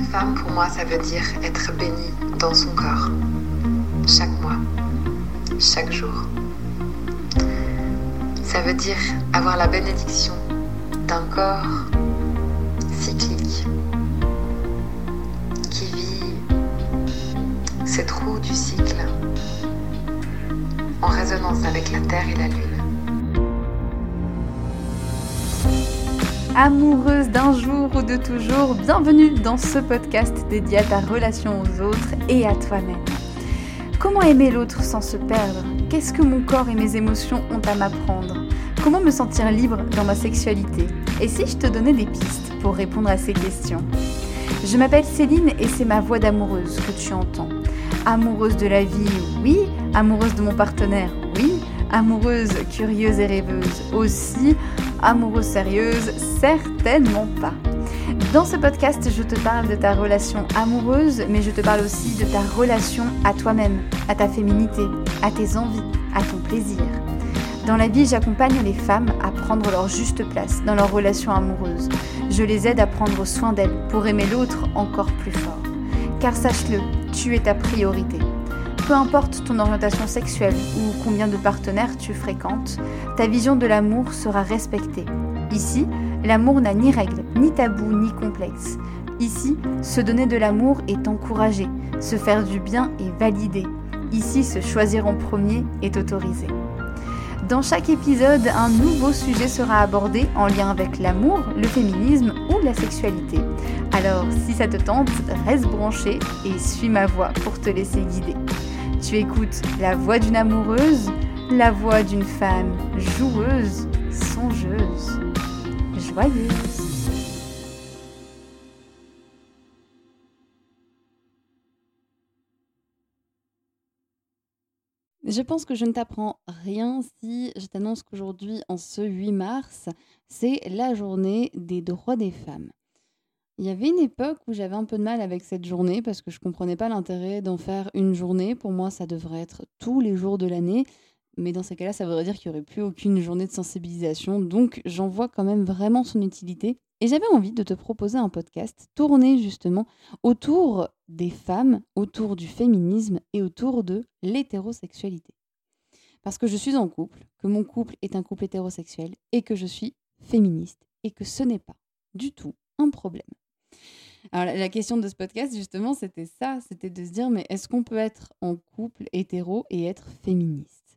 Femme, pour moi, ça veut dire être bénie dans son corps. Chaque mois, chaque jour. Ça veut dire avoir la bénédiction d'un corps cyclique qui vit ses trous du cycle en résonance avec la Terre et la Lune. Amoureuse d'un jour ou de toujours, bienvenue dans ce podcast dédié à ta relation aux autres et à toi-même. Comment aimer l'autre sans se perdre ? Qu'est-ce que mon corps et mes émotions ont à m'apprendre ? Comment me sentir libre dans ma sexualité ? Et si je te donnais des pistes pour répondre à ces questions ? Je m'appelle Céline et c'est ma voix d'amoureuse que tu entends. Amoureuse de la vie, oui. Amoureuse de mon partenaire, oui. Amoureuse, curieuse et rêveuse aussi. Amoureuse sérieuse, certainement pas. Dans ce podcast, je te parle de ta relation amoureuse, mais je te parle aussi de ta relation à toi-même, à ta féminité, à tes envies, à ton plaisir. Dans la vie, j'accompagne les femmes à prendre leur juste place dans leur relation amoureuse. Je les aide à prendre soin d'elles pour aimer l'autre encore plus fort. Car sache-le, tu es ta priorité. Peu importe ton orientation sexuelle ou combien de partenaires tu fréquentes, ta vision de l'amour sera respectée. Ici, l'amour n'a ni règles, ni tabous, ni complexes. Ici, se donner de l'amour est encouragé, se faire du bien est validé. Ici, se choisir en premier est autorisé. Dans chaque épisode, un nouveau sujet sera abordé en lien avec l'amour, le féminisme ou la sexualité. Alors, si ça te tente, reste branché et suis ma voix pour te laisser guider. Tu écoutes la voix d'une amoureuse, la voix d'une femme joueuse, songeuse, joyeuse. Je pense que je ne t'apprends rien si je t'annonce qu'aujourd'hui, en ce 8 mars, c'est la journée des droits des femmes. Il y avait une époque où j'avais un peu de mal avec cette journée parce que je comprenais pas l'intérêt d'en faire une journée. Pour moi, ça devrait être tous les jours de l'année. Mais dans ces cas-là, ça voudrait dire qu'il n'y aurait plus aucune journée de sensibilisation. Donc, j'en vois quand même vraiment son utilité. Et j'avais envie de te proposer un podcast tourné justement autour des femmes, autour du féminisme et autour de l'hétérosexualité. Parce que je suis en couple, que mon couple est un couple hétérosexuel et que je suis féministe et que ce n'est pas du tout un problème. Alors, la question de ce podcast, justement, c'était ça. C'était de se dire, mais est-ce qu'on peut être en couple hétéro et être féministe ?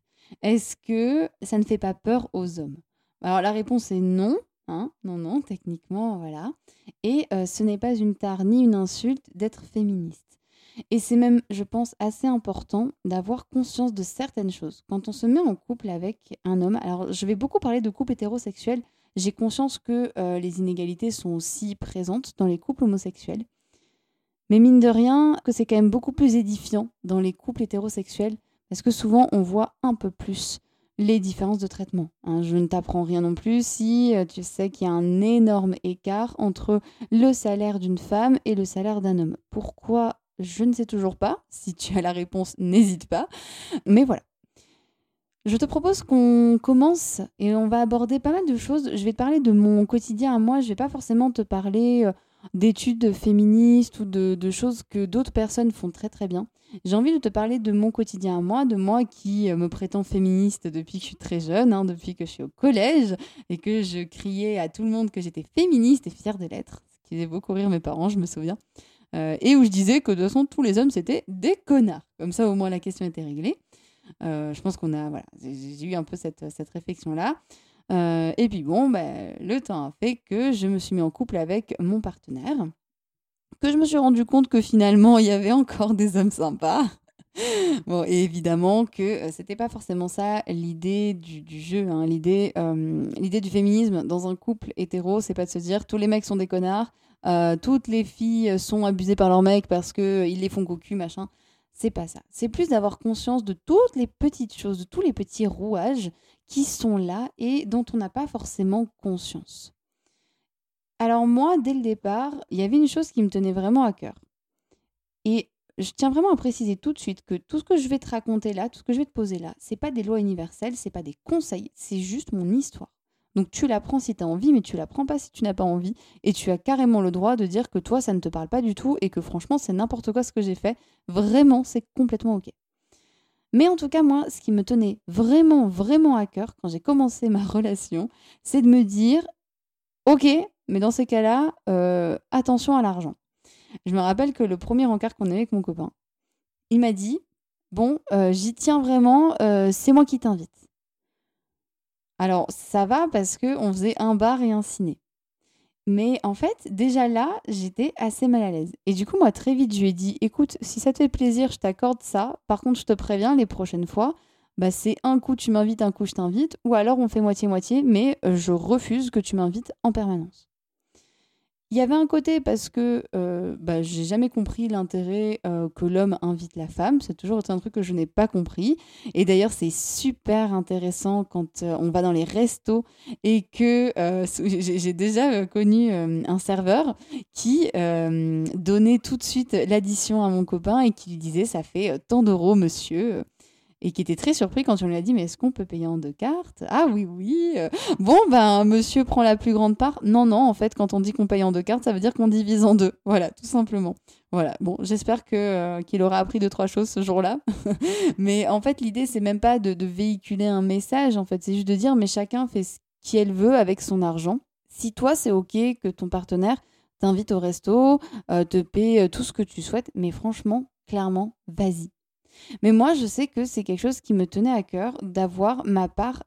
Est-ce que ça ne fait pas peur aux hommes ? Alors, la réponse est non. Non, techniquement, voilà. Et ce n'est pas une tare ni une insulte d'être féministe. Et c'est même, je pense, assez important d'avoir conscience de certaines choses. Quand on se met en couple avec un homme, alors je vais beaucoup parler de couple hétérosexuel. J'ai conscience que les inégalités sont aussi présentes dans les couples homosexuels. Mais mine de rien, que c'est quand même beaucoup plus édifiant dans les couples hétérosexuels parce que souvent, on voit un peu plus les différences de traitement. Je ne t'apprends rien non plus si tu sais qu'il y a un énorme écart entre le salaire d'une femme et le salaire d'un homme. Pourquoi ? Je ne sais toujours pas. Si tu as la réponse, n'hésite pas. Mais voilà. Je te propose qu'on commence et on va aborder pas mal de choses. Je vais te parler de mon quotidien à moi. Je vais pas forcément te parler d'études féministes ou de choses que d'autres personnes font très très bien. J'ai envie de te parler de mon quotidien à moi, de moi qui me prétends féministe depuis que je suis très jeune, depuis que je suis au collège et que je criais à tout le monde que j'étais féministe et fière de l'être, ce qui faisait beaucoup rire mes parents, je me souviens. Et où je disais que de toute façon tous les hommes c'était des connards. Comme ça au moins la question était réglée. Je pense qu'on a, voilà, j'ai eu un peu cette réflexion-là. Et puis bon, le temps a fait que je me suis mis en couple avec mon partenaire, que je me suis rendu compte que finalement, il y avait encore des hommes sympas. Bon, et évidemment que c'était pas forcément ça l'idée du jeu. L'idée du féminisme dans un couple hétéro, c'est pas de se dire tous les mecs sont des connards, toutes les filles sont abusées par leurs mecs parce qu'ils les font cocu, machin. C'est pas ça. C'est plus d'avoir conscience de toutes les petites choses, de tous les petits rouages qui sont là et dont on n'a pas forcément conscience. Alors moi, dès le départ, il y avait une chose qui me tenait vraiment à cœur. Et je tiens vraiment à préciser tout de suite que tout ce que je vais te raconter là, tout ce que je vais te poser là, c'est pas des lois universelles, c'est pas des conseils, c'est juste mon histoire. Donc tu la prends si tu as envie, mais tu la prends pas si tu n'as pas envie. Et tu as carrément le droit de dire que toi, ça ne te parle pas du tout et que franchement, c'est n'importe quoi ce que j'ai fait. Vraiment, c'est complètement OK. Mais en tout cas, moi, ce qui me tenait vraiment, vraiment à cœur quand j'ai commencé ma relation, c'est de me dire, OK, mais dans ces cas-là, attention à l'argent. Je me rappelle que le premier encart qu'on a eu avec mon copain, il m'a dit, bon, j'y tiens vraiment, c'est moi qui t'invite. Alors, ça va parce qu'on faisait un bar et un ciné. Mais en fait, déjà là, j'étais assez mal à l'aise. Et du coup, moi, très vite, je lui ai dit, écoute, si ça te fait plaisir, je t'accorde ça. Par contre, je te préviens, les prochaines fois, bah, c'est un coup tu m'invites, un coup je t'invite. Ou alors on fait moitié-moitié, mais je refuse que tu m'invites en permanence. Il y avait un côté parce que bah, j'ai jamais compris l'intérêt que l'homme invite la femme. C'est toujours été un truc que je n'ai pas compris. Et d'ailleurs, c'est super intéressant quand on va dans les restos et que j'ai déjà connu un serveur qui donnait tout de suite l'addition à mon copain et qui lui disait ça fait tant d'euros, monsieur. Et qui était très surpris quand on lui a dit mais est-ce qu'on peut payer en 2 cartes? Ah oui, oui. Bon, ben, monsieur prend la plus grande part. Non, non, en fait, quand on dit qu'on paye en 2 cartes, ça veut dire qu'on divise en 2. Voilà, tout simplement. Voilà, bon, j'espère qu'il aura appris 2-3 choses ce jour-là. Mais en fait, l'idée, c'est même pas de véhiculer un message. En fait, c'est juste de dire mais chacun fait ce qu'il veut avec son argent. Si toi, c'est OK que ton partenaire t'invite au resto, te paie tout ce que tu souhaites, mais franchement, clairement, vas-y. Mais moi, je sais que c'est quelque chose qui me tenait à cœur d'avoir ma part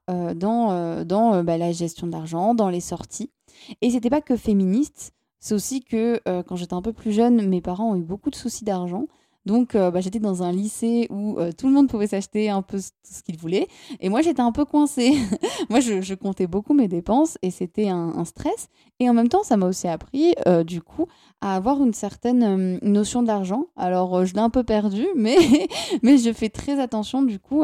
dans la gestion de l'argent, dans les sorties. Et c'était pas que féministe, c'est aussi que quand j'étais un peu plus jeune, mes parents ont eu beaucoup de soucis d'argent. Donc, j'étais dans un lycée où tout le monde pouvait s'acheter un peu tout ce qu'il voulait. Et moi, j'étais un peu coincée. Moi, je comptais beaucoup mes dépenses et c'était un stress. Et en même temps, ça m'a aussi appris, du coup, à avoir une certaine notion de l'argent. Alors, je l'ai un peu perdue, mais, mais je fais très attention, du coup,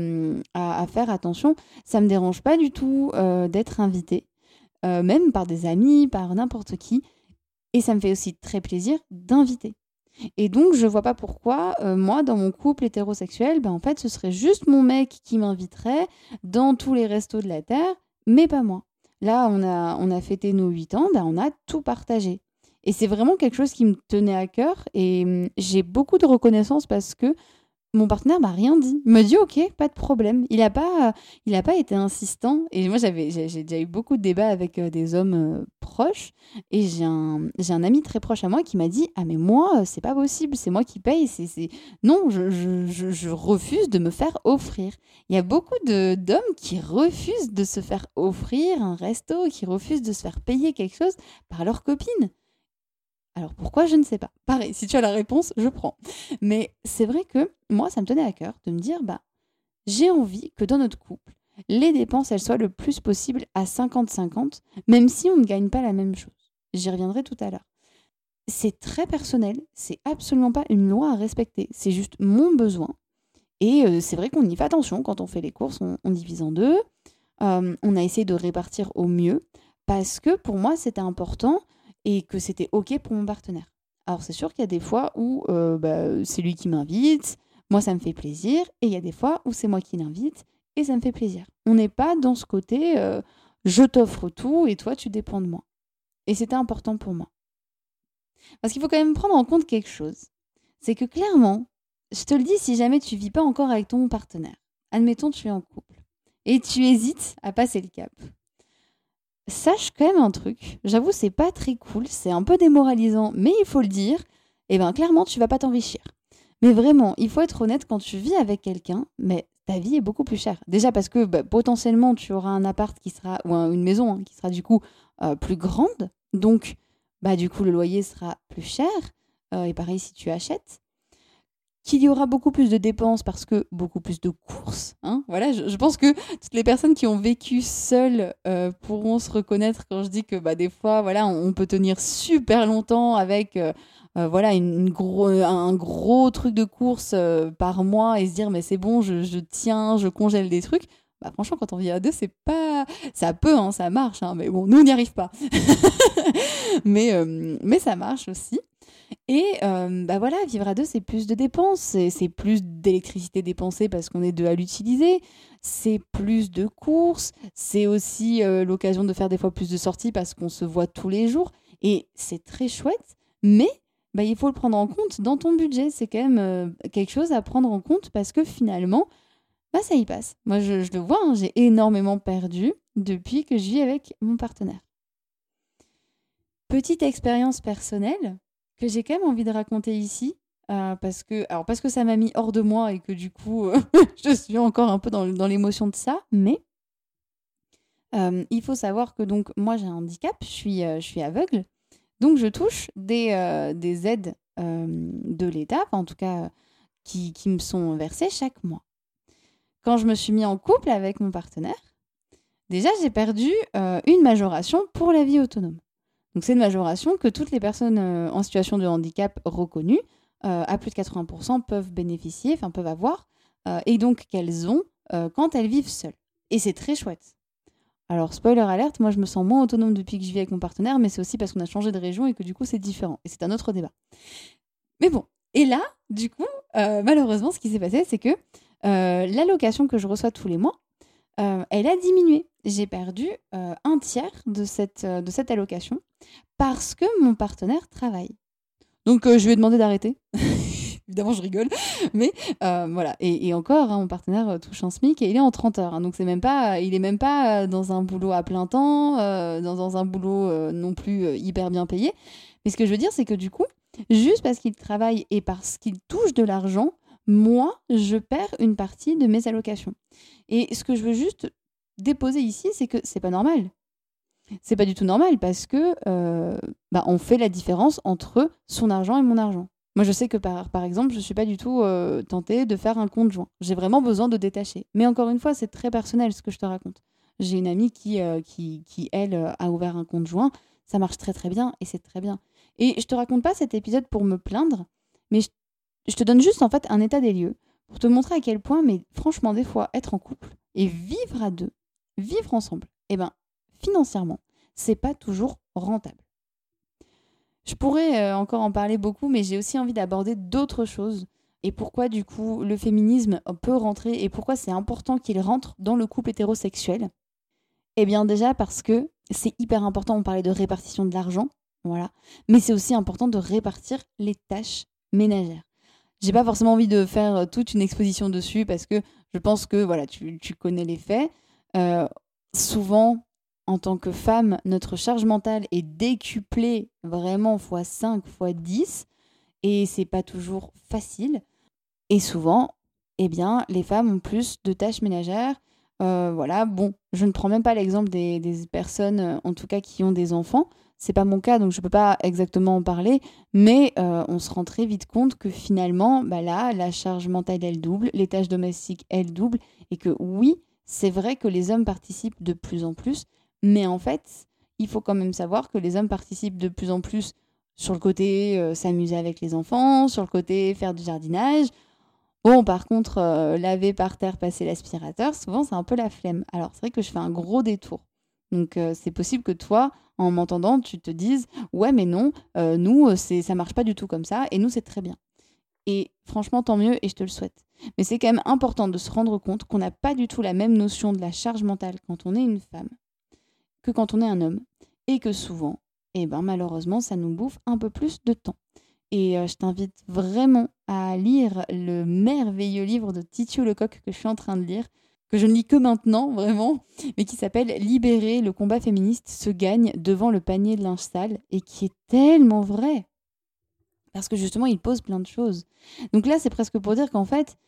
à faire attention. Ça me dérange pas du tout d'être invitée, même par des amis, par n'importe qui. Et ça me fait aussi très plaisir d'inviter. Et donc, je vois pas pourquoi, moi, dans mon couple hétérosexuel, ben, en fait, ce serait juste mon mec qui m'inviterait dans tous les restos de la Terre, mais pas moi. Là, on a fêté nos 8 ans, ben, on a tout partagé. Et c'est vraiment quelque chose qui me tenait à cœur et j'ai beaucoup de reconnaissance parce que mon partenaire m'a rien dit. Il m'a dit OK, pas de problème. Il a pas été insistant. Et moi, j'ai déjà eu beaucoup de débats avec des hommes proches. Et j'ai un ami très proche à moi qui m'a dit ah mais moi c'est pas possible, c'est moi qui paye. Non, je refuse de me faire offrir. Il y a beaucoup d'hommes qui refusent de se faire offrir un resto, qui refusent de se faire payer quelque chose par leur copine. Alors pourquoi, je ne sais pas. Pareil, si tu as la réponse, je prends. Mais c'est vrai que moi, ça me tenait à cœur de me dire, bah, j'ai envie que dans notre couple, les dépenses, elles soient le plus possible à 50-50, même si on ne gagne pas la même chose. J'y reviendrai tout à l'heure. C'est très personnel, c'est absolument pas une loi à respecter, c'est juste mon besoin. Et c'est vrai qu'on y fait attention quand on fait les courses, on divise en deux. On a essayé de répartir au mieux parce que pour moi, c'était important et que c'était OK pour mon partenaire. Alors c'est sûr qu'il y a des fois où c'est lui qui m'invite, moi ça me fait plaisir, et il y a des fois où c'est moi qui l'invite et ça me fait plaisir. On n'est pas dans ce côté je t'offre tout et toi tu dépends de moi. Et c'était important pour moi. Parce qu'il faut quand même prendre en compte quelque chose. C'est que clairement, je te le dis si jamais tu vis pas encore avec ton partenaire, admettons tu es en couple, et tu hésites à passer le cap. Sache quand même un truc, j'avoue c'est pas très cool, c'est un peu démoralisant, mais il faut le dire, et ben clairement tu vas pas t'enrichir. Mais vraiment, il faut être honnête, quand tu vis avec quelqu'un, mais ta vie est beaucoup plus chère. Déjà parce que potentiellement tu auras un appart qui sera, ou une maison qui sera du coup plus grande, donc du coup le loyer sera plus cher, et pareil si tu achètes. Qu'il y aura beaucoup plus de dépenses parce que beaucoup plus de courses. Hein, voilà, je pense que toutes les personnes qui ont vécu seules pourront se reconnaître quand je dis que des fois, voilà, on peut tenir super longtemps avec voilà, un gros truc de course par mois et se dire mais c'est bon, je tiens, je congèle des trucs. Franchement, quand on vit à deux, c'est pas... Ça peut, hein, ça marche, hein, mais bon, nous, on n'y arrive pas. mais ça marche aussi. Et voilà, vivre à deux, c'est plus de dépenses, c'est plus d'électricité dépensée parce qu'on est deux à l'utiliser, c'est plus de courses, c'est aussi l'occasion de faire des fois plus de sorties parce qu'on se voit tous les jours. Et c'est très chouette, mais il faut le prendre en compte dans ton budget. C'est quand même quelque chose à prendre en compte parce que finalement, ça y passe. Moi, je le vois, hein, j'ai énormément perdu depuis que je vis avec mon partenaire. Petite expérience personnelle que j'ai quand même envie de raconter ici, parce que ça m'a mis hors de moi et que du coup, je suis encore un peu dans l'émotion de ça, mais il faut savoir que donc moi j'ai un handicap, je suis aveugle, donc je touche des aides de l'État, en tout cas qui me sont versées chaque mois. Quand je me suis mis en couple avec mon partenaire, déjà j'ai perdu une majoration pour la vie autonome. Donc c'est une majoration que toutes les personnes en situation de handicap reconnues, à plus de 80%, peuvent avoir, et donc qu'elles ont quand elles vivent seules. Et c'est très chouette. Alors, spoiler alerte, moi je me sens moins autonome depuis que je vis avec mon partenaire, mais c'est aussi parce qu'on a changé de région et que du coup c'est différent. Et c'est un autre débat. Mais bon, et là, du coup, malheureusement, ce qui s'est passé, c'est que l'allocation que je reçois tous les mois, elle a diminué. J'ai perdu un tiers de cette allocation parce que mon partenaire travaille. Donc, je lui ai demandé d'arrêter. Évidemment, je rigole. Mais voilà. Et encore, hein, mon partenaire touche un SMIC et il est en 30 heures. Hein, donc, il est même pas dans un boulot à plein temps, dans un boulot non plus hyper bien payé. Mais ce que je veux dire, c'est que du coup, juste parce qu'il travaille et parce qu'il touche de l'argent, moi, je perds une partie de mes allocations. Et ce que je veux juste déposer ici, c'est que c'est pas normal. C'est pas du tout normal parce que on fait la différence entre son argent et mon argent. Moi, je sais que par exemple, je suis pas du tout tentée de faire un compte joint. J'ai vraiment besoin de détacher. Mais encore une fois, c'est très personnel ce que je te raconte. J'ai une amie qui elle, a ouvert un compte joint. Ça marche très très bien et c'est très bien. Et je te raconte pas cet épisode pour me plaindre, mais je te donne juste en fait un état des lieux pour te montrer à quel point, mais franchement, des fois, être en couple et vivre à deux, vivre ensemble, financièrement, c'est pas toujours rentable. Je pourrais encore en parler beaucoup, mais j'ai aussi envie d'aborder d'autres choses et pourquoi du coup le féminisme peut rentrer et pourquoi c'est important qu'il rentre dans le couple hétérosexuel. Eh bien déjà parce que c'est hyper important, on parlait de répartition de l'argent, voilà, mais c'est aussi important de répartir les tâches ménagères. J'ai pas forcément envie de faire toute une exposition dessus parce que je pense que voilà, tu connais les faits. Souvent, en tant que femme, notre charge mentale est décuplée vraiment x5, x10 et c'est pas toujours facile. Et souvent, les femmes ont plus de tâches ménagères. Voilà, bon, je ne prends même pas l'exemple des personnes, en tout cas, qui ont des enfants. C'est pas mon cas, donc je peux pas exactement en parler, mais on se rend très vite compte que finalement, là, la charge mentale, elle double, les tâches domestiques, elles doublent, et que oui, c'est vrai que les hommes participent de plus en plus, mais en fait, il faut quand même savoir que les hommes participent de plus en plus sur le côté s'amuser avec les enfants, sur le côté faire du jardinage. Bon, par contre, laver par terre, passer l'aspirateur, souvent, c'est un peu la flemme. Alors, c'est vrai que je fais un gros détour. Donc, c'est possible que toi, en m'entendant, tu te dises « Ouais, mais non, nous, ça marche pas du tout comme ça, et nous, c'est très bien. » Et franchement, tant mieux, et je te le souhaite. Mais c'est quand même important de se rendre compte qu'on n'a pas du tout la même notion de la charge mentale quand on est une femme que quand on est un homme. Et que souvent, malheureusement, ça nous bouffe un peu plus de temps. Et je t'invite vraiment à lire le merveilleux livre de Titiou Lecoq que je suis en train de lire, que je ne lis que maintenant, vraiment, mais qui s'appelle « Libérer, le combat féministe se gagne devant le panier de linge sale » et qui est tellement vrai. Parce que justement, il pose plein de choses. Donc là, c'est presque pour dire qu'en fait,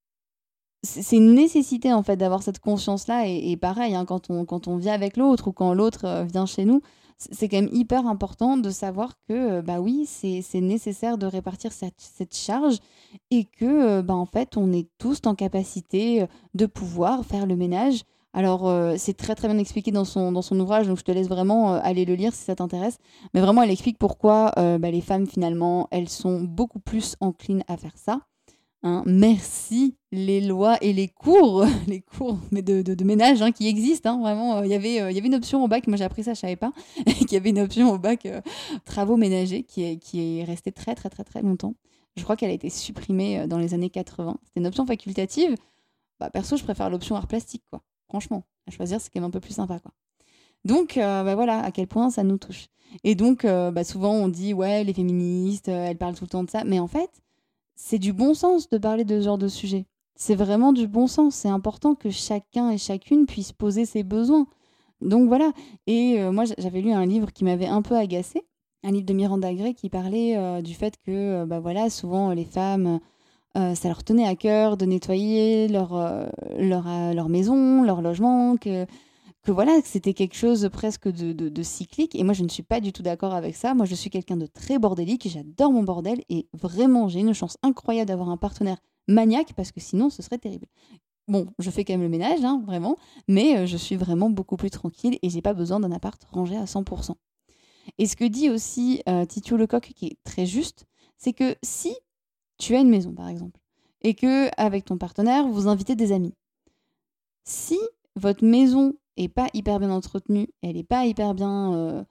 c'est une nécessité en fait d'avoir cette conscience-là. Et pareil, hein, quand on vit avec l'autre ou quand l'autre vient chez nous, c'est quand même hyper important de savoir que oui, c'est nécessaire de répartir cette charge et que en fait, on est tous en capacité de pouvoir faire le ménage. Alors, c'est très très bien expliqué dans son ouvrage, donc je te laisse vraiment aller le lire si ça t'intéresse. Mais vraiment, elle explique pourquoi les femmes, finalement, elles sont beaucoup plus enclines à faire ça. Hein. Merci les lois et les cours, les cours mais de ménage qui existent. Vraiment, il y avait une option au bac, moi j'ai appris ça, je savais pas, qu'il y avait une option au bac travaux ménagers qui est restée très très très très longtemps. Je crois qu'elle a été supprimée dans les années 80. C'était une option facultative. Perso, je préfère l'option art plastique, quoi. Franchement, à choisir, c'est quand même un peu plus sympa, quoi. Donc, voilà à quel point ça nous touche. Et donc, souvent, on dit, ouais, les féministes, elles parlent tout le temps de ça. Mais en fait, c'est du bon sens de parler de ce genre de sujet. C'est vraiment du bon sens. C'est important que chacun et chacune puisse poser ses besoins. Donc, voilà. Et moi, j'avais lu un livre qui m'avait un peu agacée. Un livre de Miranda Gray qui parlait du fait que, souvent, les femmes... ça leur tenait à cœur de nettoyer leur maison, leur logement, que voilà, que c'était quelque chose presque de cyclique. Et moi, je ne suis pas du tout d'accord avec ça. Moi, je suis quelqu'un de très bordélique, j'adore mon bordel et vraiment, j'ai une chance incroyable d'avoir un partenaire maniaque parce que sinon, ce serait terrible. Bon, je fais quand même le ménage, vraiment, mais je suis vraiment beaucoup plus tranquille et j'ai pas besoin d'un appart rangé à 100%. Et ce que dit aussi Titiou Lecoq, qui est très juste, c'est que si tu as une maison, par exemple, et que avec ton partenaire, vous invitez des amis. Si votre maison est pas hyper bien entretenue, elle est pas hyper bien,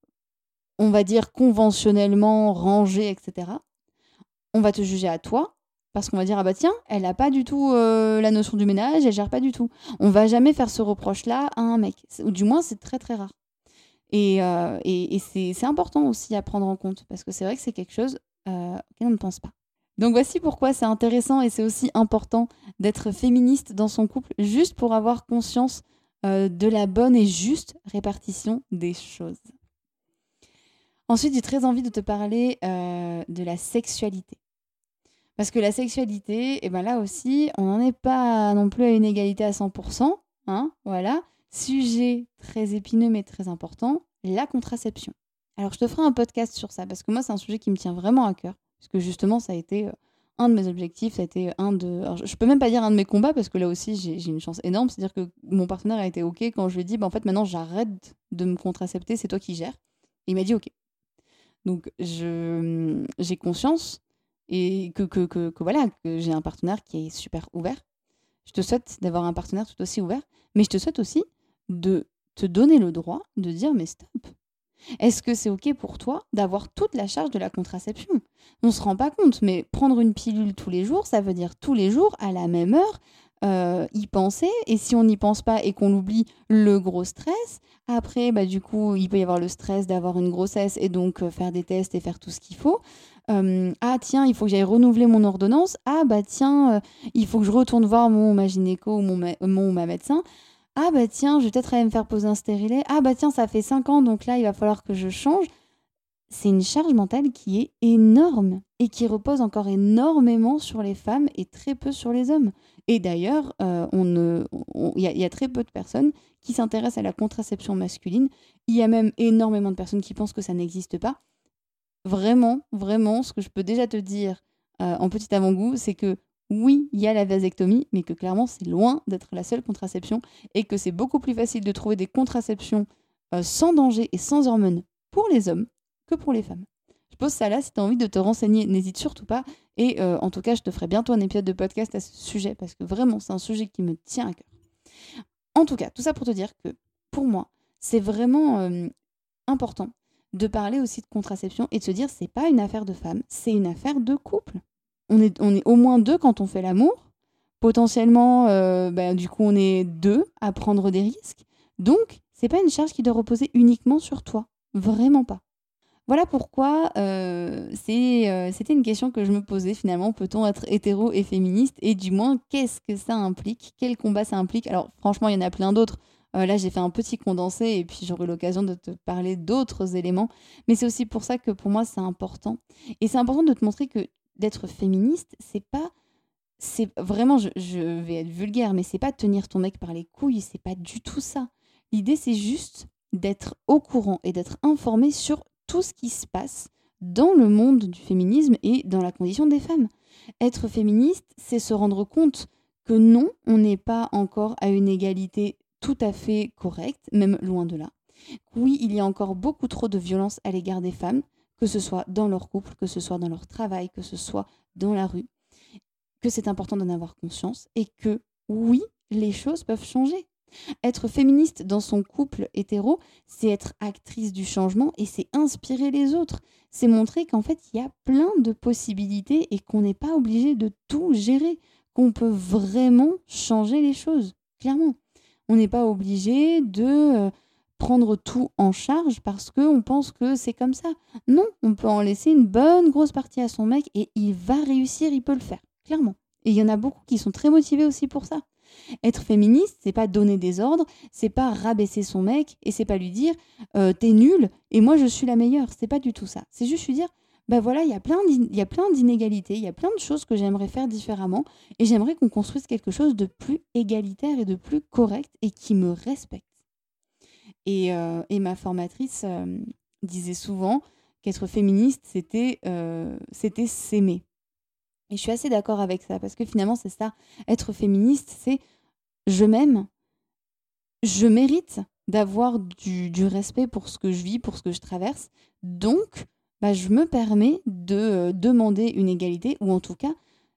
on va dire, conventionnellement rangée, etc., on va te juger à toi, parce qu'on va dire, ah bah tiens, elle a pas du tout la notion du ménage, elle gère pas du tout. On va jamais faire ce reproche-là à un mec. Ou du moins, c'est très très rare. Et c'est important aussi à prendre en compte, parce que c'est vrai que c'est quelque chose auquel on ne pense pas. Donc voici pourquoi c'est intéressant et c'est aussi important d'être féministe dans son couple, juste pour avoir conscience de la bonne et juste répartition des choses. Ensuite, j'ai très envie de te parler de la sexualité. Parce que la sexualité, là aussi, on n'en est pas non plus à une égalité à 100%. Voilà. Sujet très épineux mais très important, la contraception. Alors, je te ferai un podcast sur ça, parce que moi, c'est un sujet qui me tient vraiment à cœur. Parce que justement, ça a été un de mes objectifs, ça a été un de... Alors, je peux même pas dire un de mes combats, parce que là aussi, j'ai une chance énorme. C'est-à-dire que mon partenaire a été OK quand je lui ai dit, en fait, maintenant, j'arrête de me contracepter, c'est toi qui gères. Et il m'a dit OK. Donc, j'ai conscience et que voilà, que j'ai un partenaire qui est super ouvert. Je te souhaite d'avoir un partenaire tout aussi ouvert, mais je te souhaite aussi de te donner le droit de dire, mais stop. Est-ce que c'est OK pour toi d'avoir toute la charge de la contraception ? On ne se rend pas compte, mais prendre une pilule tous les jours, ça veut dire tous les jours, à la même heure, y penser. Et si on n'y pense pas et qu'on l'oublie, le gros stress. Après, du coup, il peut y avoir le stress d'avoir une grossesse et donc faire des tests et faire tout ce qu'il faut. Ah tiens, il faut que j'aille renouveler mon ordonnance. Ah tiens, il faut que je retourne voir ma gynéco ou ma médecin. Ah tiens, je vais peut-être aller me faire poser un stérilet. Ah tiens, ça fait 5 ans, donc là, il va falloir que je change. C'est une charge mentale qui est énorme et qui repose encore énormément sur les femmes et très peu sur les hommes. Et d'ailleurs, il y a très peu de personnes qui s'intéressent à la contraception masculine. Il y a même énormément de personnes qui pensent que ça n'existe pas. Vraiment, vraiment, ce que je peux déjà te dire en petit avant-goût, c'est que oui, il y a la vasectomie, mais que clairement, c'est loin d'être la seule contraception et que c'est beaucoup plus facile de trouver des contraceptions sans danger et sans hormones pour les hommes que pour les femmes. Je pose ça là, si tu as envie de te renseigner, n'hésite surtout pas. Et en tout cas, je te ferai bientôt un épisode de podcast à ce sujet parce que vraiment, c'est un sujet qui me tient à cœur. En tout cas, tout ça pour te dire que pour moi, c'est vraiment important de parler aussi de contraception et de se dire c'est pas une affaire de femme, c'est une affaire de couple. On est au moins deux quand on fait l'amour. Potentiellement, du coup, on est deux à prendre des risques. Donc, c'est pas une charge qui doit reposer uniquement sur toi. Vraiment pas. Voilà pourquoi c'était une question que je me posais finalement. Peut-on être hétéro et féministe ? Et du moins, qu'est-ce que ça implique ? Quel combat ça implique ? Alors, franchement, il y en a plein d'autres. Là, j'ai fait un petit condensé et puis j'aurai l'occasion de te parler d'autres éléments. Mais c'est aussi pour ça que pour moi, c'est important. Et c'est important de te montrer que d'être féministe, c'est vraiment, je vais être vulgaire, mais c'est pas tenir ton mec par les couilles, c'est pas du tout ça. L'idée, c'est juste d'être au courant et d'être informé sur tout ce qui se passe dans le monde du féminisme et dans la condition des femmes. Être féministe, c'est se rendre compte que non, on n'est pas encore à une égalité tout à fait correcte, même loin de là. Oui, il y a encore beaucoup trop de violence à l'égard des femmes, que ce soit dans leur couple, que ce soit dans leur travail, que ce soit dans la rue. que c'est important d'en avoir conscience et que oui, les choses peuvent changer. Être féministe dans son couple hétéro, c'est être actrice du changement et c'est inspirer les autres. C'est montrer qu'en fait, il y a plein de possibilités et qu'on n'est pas obligé de tout gérer, qu'on peut vraiment changer les choses, clairement. On n'est pas obligé de prendre tout en charge parce qu'on pense que c'est comme ça. Non, on peut en laisser une bonne grosse partie à son mec et il va réussir, il peut le faire, clairement. Et il y en a beaucoup qui sont très motivés aussi pour ça. Être féministe, c'est pas donner des ordres, c'est pas rabaisser son mec et c'est pas lui dire t'es nulle et moi je suis la meilleure. C'est pas du tout ça. C'est juste lui dire bah voilà, il y a plein d'inégalités, il y a plein de choses que j'aimerais faire différemment et j'aimerais qu'on construise quelque chose de plus égalitaire et de plus correct et qui me respecte. Et ma formatrice disait souvent qu'être féministe, c'était s'aimer. Et je suis assez d'accord avec ça, parce que finalement, c'est ça. Être féministe, c'est je m'aime, je mérite d'avoir du respect pour ce que je vis, pour ce que je traverse. Donc, je me permets de demander une égalité, ou en tout cas,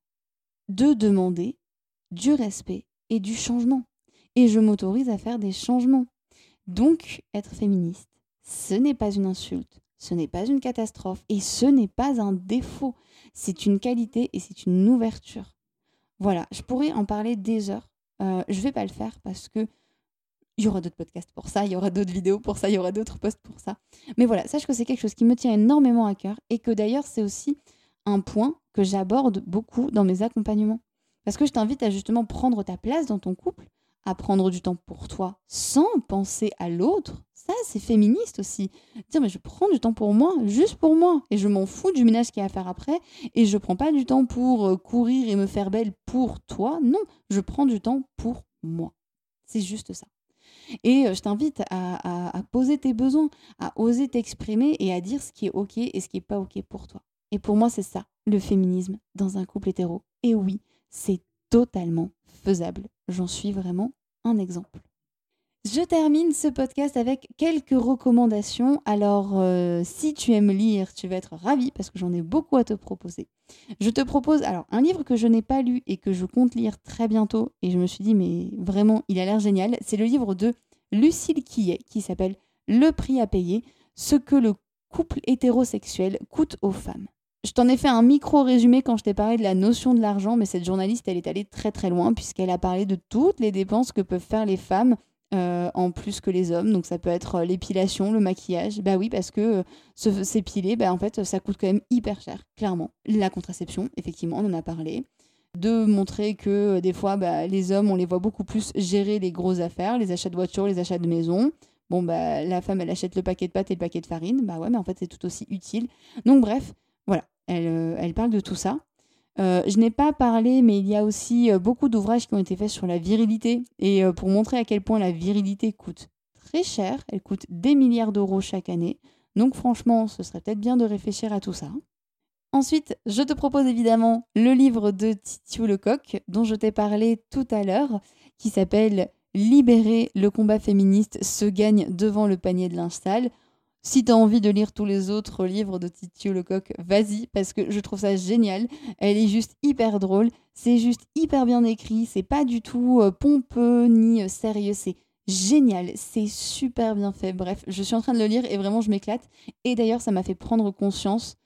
de demander du respect et du changement. Et je m'autorise à faire des changements. Donc, être féministe, ce n'est pas une insulte, ce n'est pas une catastrophe et ce n'est pas un défaut. C'est une qualité et c'est une ouverture. Voilà, je pourrais en parler des heures. Je vais pas le faire parce que il y aura d'autres podcasts pour ça, il y aura d'autres vidéos pour ça, il y aura d'autres posts pour ça. Mais voilà, sache que c'est quelque chose qui me tient énormément à cœur et que d'ailleurs, c'est aussi un point que j'aborde beaucoup dans mes accompagnements. Parce que je t'invite à justement prendre ta place dans ton couple, à prendre du temps pour toi sans penser à l'autre. Ça, c'est féministe aussi. Dire, mais je prends du temps pour moi, juste pour moi. Et je m'en fous du ménage qu'il y a à faire après. Et je prends pas du temps pour courir et me faire belle pour toi. Non, je prends du temps pour moi. C'est juste ça. Et je t'invite à poser tes besoins, à oser t'exprimer et à dire ce qui est OK et ce qui n'est pas OK pour toi. Et pour moi, c'est ça, le féminisme dans un couple hétéro. Et oui, c'est totalement faisable. J'en suis vraiment un exemple. Je termine ce podcast avec quelques recommandations. Alors, si tu aimes lire, tu vas être ravie parce que j'en ai beaucoup à te proposer. Je te propose alors un livre que je n'ai pas lu et que je compte lire très bientôt. Et je me suis dit, mais vraiment, il a l'air génial. C'est le livre de Lucille Quillet qui s'appelle Le prix à payer, ce que le couple hétérosexuel coûte aux femmes. Je t'en ai fait un micro-résumé quand je t'ai parlé de la notion de l'argent, mais cette journaliste, elle est allée très très loin puisqu'elle a parlé de toutes les dépenses que peuvent faire les femmes en plus que les hommes. Donc ça peut être l'épilation, le maquillage. Bah oui, parce que s'épiler, en fait, ça coûte quand même hyper cher, clairement. La contraception, effectivement, on en a parlé. De montrer que des fois, les hommes, on les voit beaucoup plus gérer les grosses affaires, les achats de voitures, les achats de maison. Bon, la femme, elle achète le paquet de pâtes et le paquet de farine. Bah ouais, mais en fait, c'est tout aussi utile. Donc bref, voilà, elle parle de tout ça. Je n'ai pas parlé, mais il y a aussi beaucoup d'ouvrages qui ont été faits sur la virilité. Et pour montrer à quel point la virilité coûte très cher, elle coûte des milliards d'euros chaque année. Donc franchement, ce serait peut-être bien de réfléchir à tout ça. Ensuite, je te propose évidemment le livre de Titiou Lecoq, dont je t'ai parlé tout à l'heure, qui s'appelle « Libérer, le combat féministe se gagne devant le panier de linge sale ». Si tu as envie de lire tous les autres livres de Titiou Lecoq, vas-y, parce que je trouve ça génial. Elle est juste hyper drôle, c'est juste hyper bien écrit, c'est pas du tout pompeux ni sérieux, c'est génial, c'est super bien fait. Bref, je suis en train de le lire et vraiment je m'éclate. Et d'ailleurs, ça m'a fait prendre conscience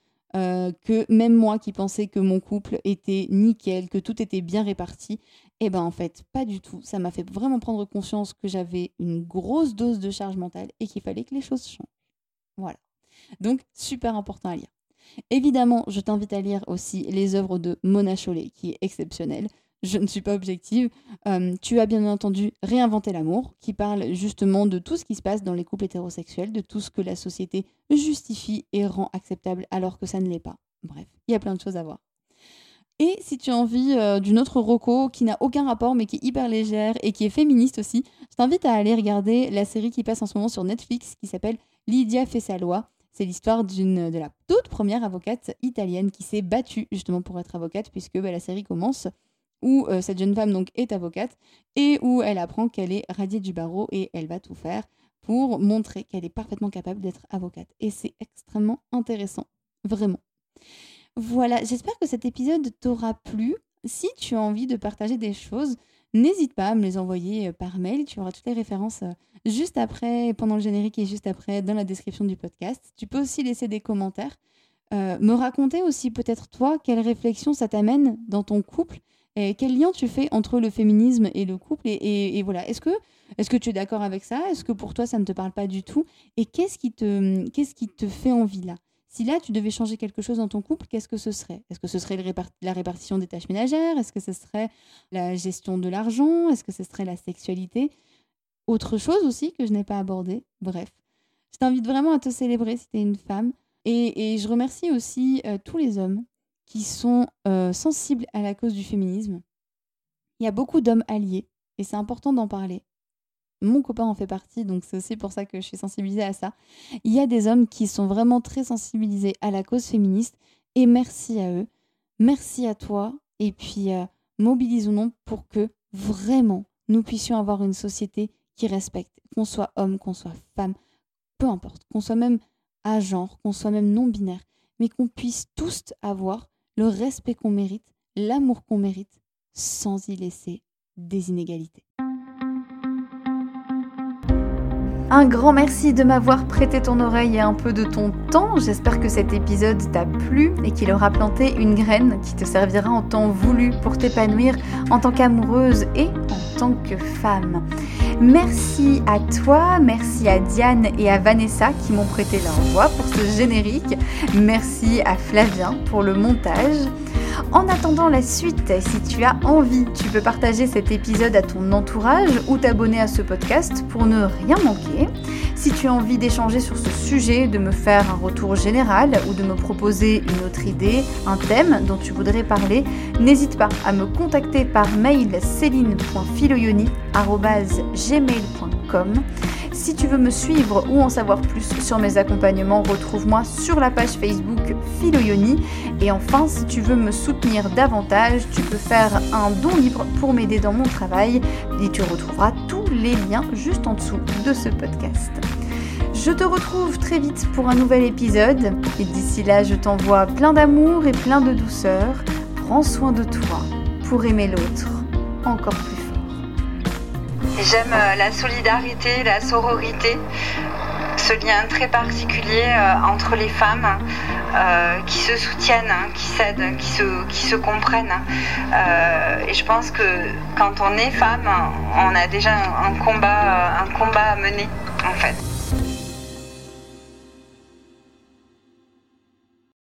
que même moi qui pensais que mon couple était nickel, que tout était bien réparti, en fait, pas du tout. Ça m'a fait vraiment prendre conscience que j'avais une grosse dose de charge mentale et qu'il fallait que les choses changent. Voilà. Donc, super important à lire. Évidemment, je t'invite à lire aussi les œuvres de Mona Chollet, qui est exceptionnelle. Je ne suis pas objective. Tu as bien entendu Réinventer l'amour, qui parle justement de tout ce qui se passe dans les couples hétérosexuels, de tout ce que la société justifie et rend acceptable alors que ça ne l'est pas. Bref, il y a plein de choses à voir. Et si tu as envie d'une autre reco qui n'a aucun rapport mais qui est hyper légère et qui est féministe aussi, je t'invite à aller regarder la série qui passe en ce moment sur Netflix qui s'appelle Lydia fait sa loi. C'est l'histoire de la toute première avocate italienne qui s'est battue justement pour être avocate puisque la série commence où cette jeune femme donc est avocate et où elle apprend qu'elle est radiée du barreau et elle va tout faire pour montrer qu'elle est parfaitement capable d'être avocate. Et c'est extrêmement intéressant, vraiment. Voilà, j'espère que cet épisode t'aura plu. Si tu as envie de partager des choses, n'hésite pas à me les envoyer par mail. Tu auras toutes les références juste après, pendant le générique et juste après, dans la description du podcast. Tu peux aussi laisser des commentaires. Me raconter aussi peut-être toi, quelle réflexion ça t'amène dans ton couple et quel lien tu fais entre le féminisme et le couple et voilà. Est-ce que tu es d'accord avec ça? Est-ce que pour toi ça ne te parle pas du tout? Et qu'est-ce qui te fait envie là? Si là tu devais changer quelque chose dans ton couple, qu'est-ce que ce serait? Est-ce que ce serait la répartition des tâches ménagères? Est-ce que ce serait la gestion de l'argent? Est-ce que ce serait la sexualité? Autre chose aussi que je n'ai pas abordé. Bref, je t'invite vraiment à te célébrer si tu es une femme. Et je remercie aussi tous les hommes qui sont sensibles à la cause du féminisme. Il y a beaucoup d'hommes alliés et c'est important d'en parler. Mon copain en fait partie, donc c'est aussi pour ça que je suis sensibilisée à ça. Il y a des hommes qui sont vraiment très sensibilisés à la cause féministe et merci à eux. Merci à toi et puis mobilisons-nous pour que vraiment nous puissions avoir une société qui respecte, qu'on soit homme, qu'on soit femme, peu importe, qu'on soit même à genre, qu'on soit même non-binaire, mais qu'on puisse tous avoir le respect qu'on mérite, l'amour qu'on mérite, sans y laisser des inégalités. Un grand merci de m'avoir prêté ton oreille et un peu de ton temps. J'espère que cet épisode t'a plu et qu'il aura planté une graine qui te servira en temps voulu pour t'épanouir en tant qu'amoureuse et en tant que femme. Merci à toi, merci à Diane et à Vanessa qui m'ont prêté leur voix pour ce générique. Merci à Flavien pour le montage. En attendant la suite, si tu as envie, tu peux partager cet épisode à ton entourage ou t'abonner à ce podcast pour ne rien manquer. Si tu as envie d'échanger sur ce sujet, de me faire un retour général ou de me proposer une autre idée, un thème dont tu voudrais parler, n'hésite pas à me contacter par mail celine.filoyoni@gmail.com. Si tu veux me suivre ou en savoir plus sur mes accompagnements, retrouve-moi sur la page Facebook Philoyoni. Et enfin, si tu veux me soutenir davantage, tu peux faire un don libre pour m'aider dans mon travail et tu retrouveras tous les liens juste en dessous de ce podcast. Je te retrouve très vite pour un nouvel épisode et d'ici là, je t'envoie plein d'amour et plein de douceur. Prends soin de toi pour aimer l'autre encore plus fort. J'aime la solidarité, la sororité, ce lien très particulier entre les femmes qui se soutiennent, qui s'aident, qui se comprennent. Et je pense que quand on est femme, on a déjà un combat à mener en fait.